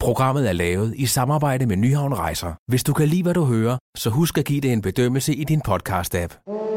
Programmet er lavet i samarbejde med Nyhavn Rejser. Hvis du kan lide, hvad du hører, så husk at give det en bedømmelse i din podcast-app.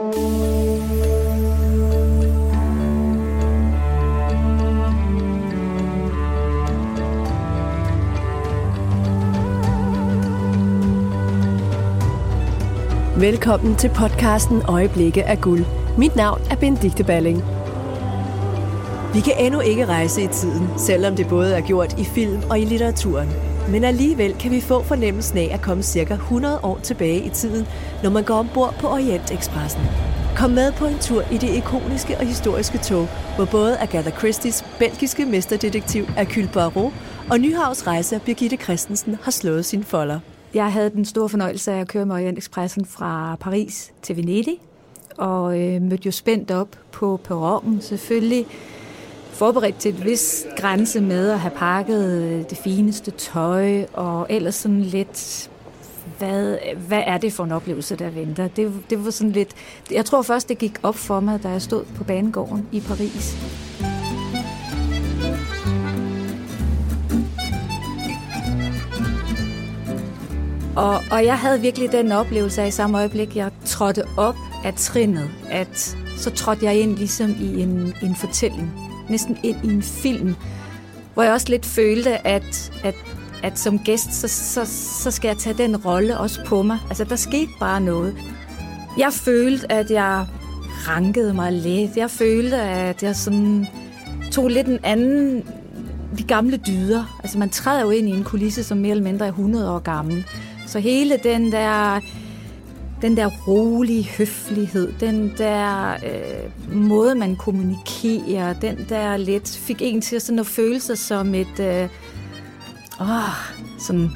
Velkommen til podcasten Øjeblikke af guld. Mit navn er Benedikte Balling. Vi kan endnu ikke rejse i tiden, selvom det både er gjort i film og i litteraturen. Men alligevel kan vi få fornemmelsen af at komme cirka 100 år tilbage i tiden, når man går ombord på Orientekspressen. Kom med på en tur i det ikoniske og historiske tog, hvor både Agatha Christies belgiske mesterdetektiv Hercule Poirot og Nyhavns rejser Birgitte Christensen har slået sine folder. Jeg havde den store fornøjelse af at køre med Orientekspressen fra Paris til Venedig, og mødte jo spændt op på perronen, selvfølgelig forberedt til et vis grænse med at have pakket det fineste tøj, og ellers sådan lidt, hvad er det for en oplevelse, der venter? Det var sådan lidt, jeg tror først, det gik op for mig, da jeg stod på banegården i Paris. Og jeg havde virkelig den oplevelse af i samme øjeblik, jeg trådte op af trinnet, at så trådte jeg ind ligesom i en fortælling, næsten ind i en film, hvor jeg også lidt følte, at som gæst, så skal jeg tage den rolle også på mig. Altså, der skete bare noget. Jeg følte, at jeg rankede mig lidt. Jeg følte, at jeg sådan tog lidt en anden, de gamle dyder. Altså, man træder jo ind i en kulisse, som mere eller mindre er 100 år gammel. Så hele den der rolige høflighed, den der måde, man kommunikerer, den der lidt fik en til sådan at føle sig som et sådan.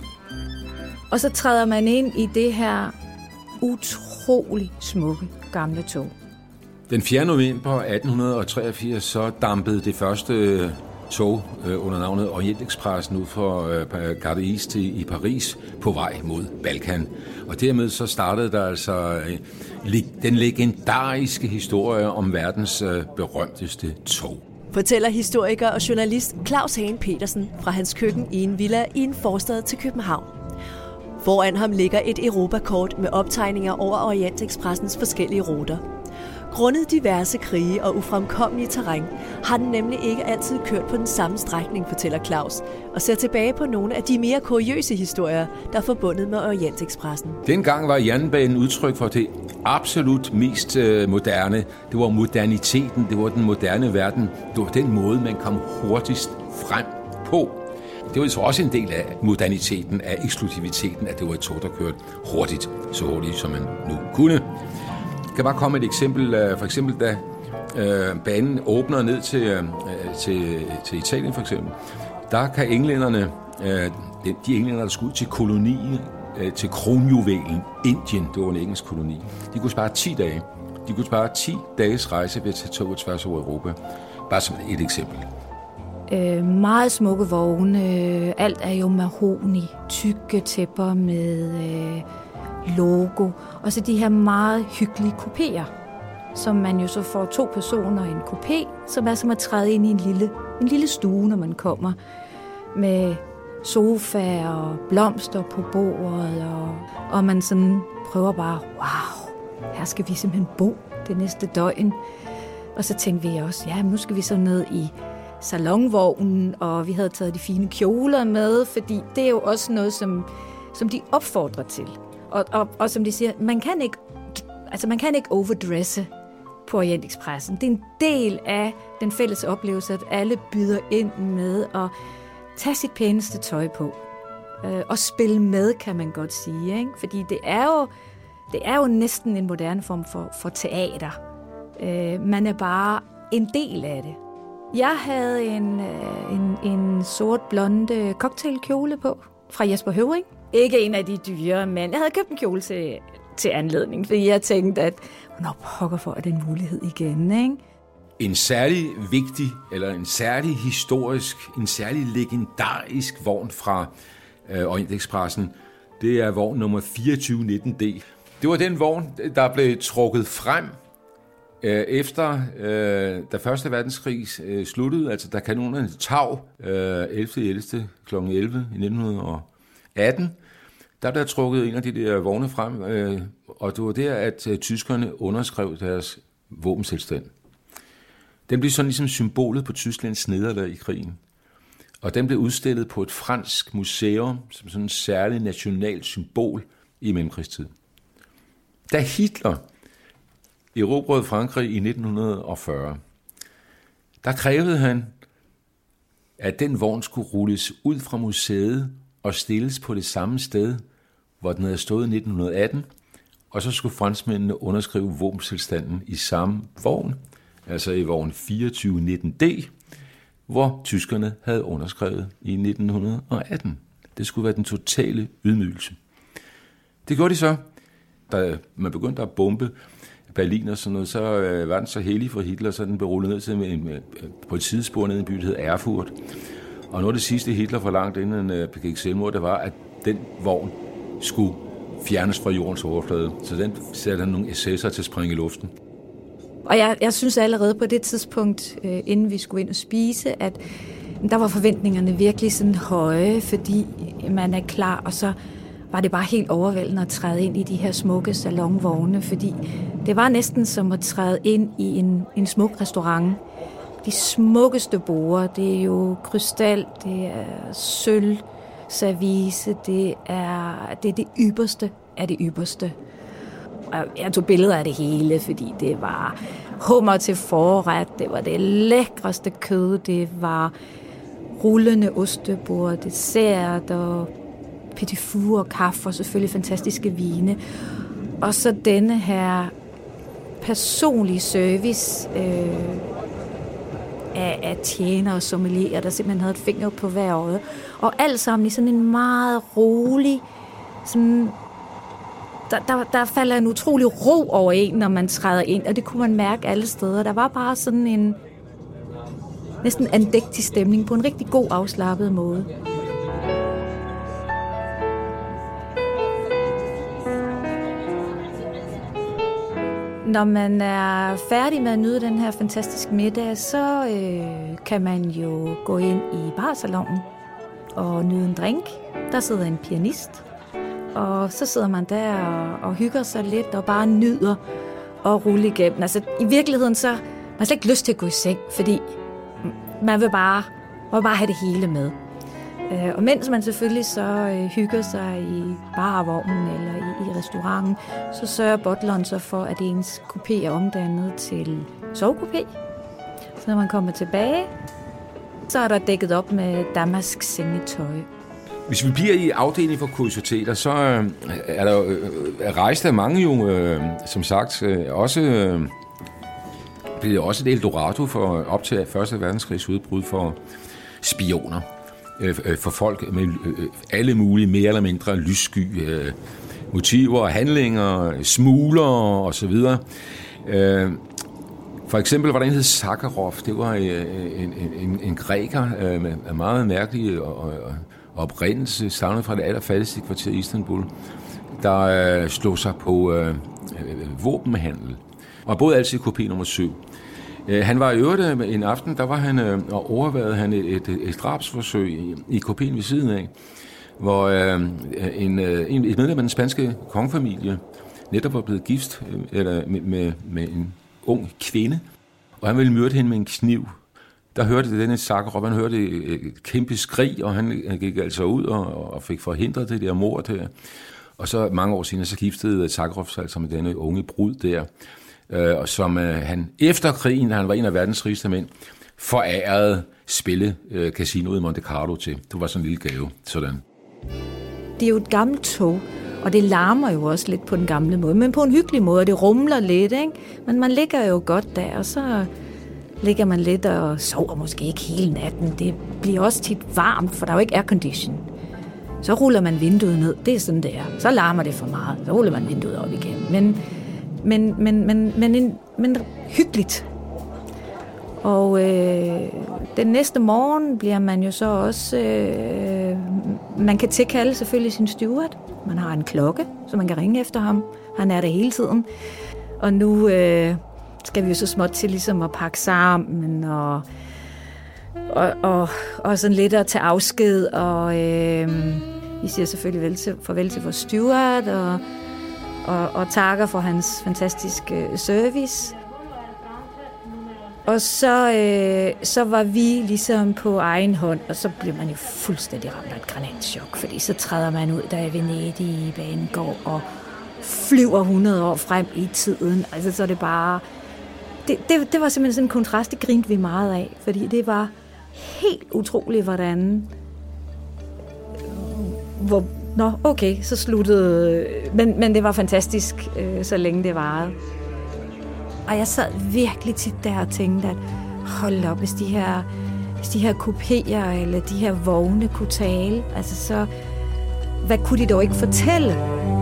Og så træder man ind i det her utrolig smukke gamle tog. Den 4. november 1883 så dampede det første tog under navnet Orientekspressen ud for Gare d'Est i Paris på vej mod Balkan. Og dermed så startede der altså den legendariske historie om verdens berømteste tog. Fortæller historiker og journalist Claus Hagen Petersen fra hans køkken i en villa i en forstad til København. Foran ham ligger et Europakort med optegninger over Orientekspressens forskellige ruter. Grundet diverse krige og ufremkommelige terræn har den nemlig ikke altid kørt på den samme strækning, fortæller Claus, og ser tilbage på nogle af de mere kuriøse historier, der er forbundet med Orientekspressen. Dengang var jernbanen udtryk for det absolut mest moderne. Det var moderniteten, det var den moderne verden. Det var den måde, man kom hurtigst frem på. Det var så også en del af moderniteten, af eksklusiviteten, at det var et tog, der kørte hurtigt, så hurtigt som man nu kunne. Jeg kan bare komme et eksempel, for eksempel da banen åbner ned til Italien for eksempel, der kan englænderne, de englænder, der skulle ud til kolonien, til kronjuvelen Indien, det var en engelsk koloni, de kunne spare 10 dage. De kunne spare 10 dages rejse ved at tage toget tværs over Europa. Bare som et eksempel. Meget smukke vogne, alt er jo mahogni, tykke tæpper med logo, og så de her meget hyggelige kupéer, som man jo så får 2 personer i en kupé, som er som at træde ind i en lille stue, når man kommer, med sofa og blomster på bordet, og man sådan prøver bare, wow, her skal vi simpelthen bo det næste døgn. Og så tænkte vi også, ja, nu skal vi så ned i salonvognen, og vi havde taget de fine kjoler med, fordi det er jo også noget, som de opfordrer til. Og som de siger, man kan ikke overdresse på Orientekspressen. Det er en del af den fælles oplevelse, at alle byder ind med at tage sit pæneste tøj på. Og spille med, kan man godt sige. Ikke? Fordi det er jo næsten en moderne form for teater. Man er bare en del af det. Jeg havde en sort blonde cocktailkjole på fra Jesper Høvring. Ikke en af de dyre, men jeg havde købt en kjole til anledning, fordi jeg tænkte, at hvornår pokker for er den mulighed igen, ikke? En særlig vigtig, eller en særlig historisk, en særlig legendarisk vogn fra Orientekspressen, det er vogn nummer 2419D. Det var den vogn, der blev trukket frem Efter da Første Verdenskrig sluttede, altså da kanonerne tav 11.11. kl. 11 i 1918, der blev trukket en af de der vogne frem, og det var der, at tyskerne underskrev deres våbenselstand. Den blev sådan ligesom symbolet på Tysklands nederlag i krigen. Og den blev udstillet på et fransk museum som sådan en særlig national symbol i mellemkrigstid. Da Hitler erobrede Frankrig i 1940, der krævede han, at den vogn skulle rulles ud fra museet og stilles på det samme sted, hvor den havde stået i 1918, og så skulle franskmændene underskrive våbenstilstanden i samme vogn, altså i vogn 2419D, hvor tyskerne havde underskrevet i 1918. Det skulle være den totale ydmygelse. Det gjorde de så. Da man begyndte at bombe Berlin og sådan noget, så var den så hellig for Hitler, så den blev rullet ned til på et sidespor ned i en by, der hed Erfurt. Og noget af det sidste Hitler forlangte, inden han begik selvmord, det var, at den vogn skulle fjernes fra jordens overflade. Så den satte han nogle SS'er til at springe i luften. Og jeg synes allerede på det tidspunkt, inden vi skulle ind og spise, at der var forventningerne virkelig sådan høje, fordi man er klar, og så var det bare helt overvældende at træde ind i de her smukke salonvogne, fordi det var næsten som at træde ind i en smuk restaurant. De smukkeste borde, det er jo krystal, det er sølv, service, det er det ypperste af det ypperste. Jeg tog billeder af det hele, fordi det var hummer til forret, det var det lækreste kød, det var rullende ostebord, dessert og petit four og kaffe og selvfølgelig fantastiske vine. Og så denne her personlige service af tjener og sommelier, der simpelthen havde et finger på hver øje. Og alt sammen i sådan en meget rolig, sådan, der falder en utrolig ro over en, når man træder ind, og det kunne man mærke alle steder. Der var bare sådan en næsten andægtig stemning på en rigtig god afslappet måde. Når man er færdig med at nyde den her fantastiske middag, så kan man jo gå ind i barsalonen og nyde en drink. Der sidder en pianist, og så sidder man der og hygger sig lidt og bare nyder at rulle igennem. Altså i virkeligheden så man har slet ikke lyst til at gå i seng, fordi man vil bare have det hele med. Og mens man selvfølgelig så hygger sig i barvognen eller i restauranten, så sørger butleren så for, at ens kupé er omdannet til sovekupé. Så når man kommer tilbage, så er der dækket op med damask sengetøj. Hvis vi bliver i afdelingen for kuriositeter, så er der rejst af mange jo, som sagt, også bliver også et Eldorado for op til Første Verdenskrigs udbrud for spioner. For folk med alle mulige mere eller mindre lyssky motiver, handlinger, smugler og så videre. For eksempel var der en, der hed Sakharov. Det var en græker med meget mærkelig oprindelse, stammet fra det allerfattigste kvarter i Istanbul, der slog sig på våbenhandel og boede altid i kupé nummer 7. Han var i øvrigt en aften, der var han og overvejede han et drabsforsøg i kupéen ved siden af, hvor et medlem af den spanske kongefamilie netop var blevet gift med en ung kvinde, og han ville myrde hende med en kniv. Der hørte denne Sakharov, han hørte et kæmpe skrig, og han gik altså ud og fik forhindret det der mord der. Og så mange år senere, så giftede Sakharov sig altså med denne unge brud der, som han efter krigen, da han var en af verdens rigeste mænd, forærede spille casinoet i Monte Carlo til. Det var sådan en lille gave, sådan. Det er jo et gammelt tog, og det larmer jo også lidt på den gamle måde, men på en hyggelig måde, og det rumler lidt, ikke? Men man ligger jo godt der, og så ligger man lidt og sover måske ikke hele natten. Det bliver også tit varmt, for der er jo ikke aircondition. Så ruller man vinduet ned, det er sådan det er. Så larmer det for meget, så ruller man vinduet op igen. Men hyggeligt. Og den næste morgen bliver man jo så også... man kan tilkalde selvfølgelig sin steward. Man har en klokke, så man kan ringe efter ham. Han er der hele tiden. Og nu skal vi jo så småt til ligesom at pakke sammen, og sådan lidt at tage afsked, og vi siger selvfølgelig farvel til vores steward, og takker for hans fantastiske service. Og så var vi ligesom på egen hånd, og så bliver man jo fuldstændig ramt af et granatschok, fordi så træder man ud, der er Venedig i banegård, og flyver 100 år frem i tiden. Altså så er det bare... Det var simpelthen sådan en kontrast, det grinte vi meget af, fordi det var helt utroligt, hvordan... Okay, så sluttede... Men det var fantastisk, så længe det varede. Og jeg sad virkelig tit der og tænkte, at hold op, hvis de her kupéer eller de her vogne kunne tale, altså så... Hvad kunne de dog ikke fortælle?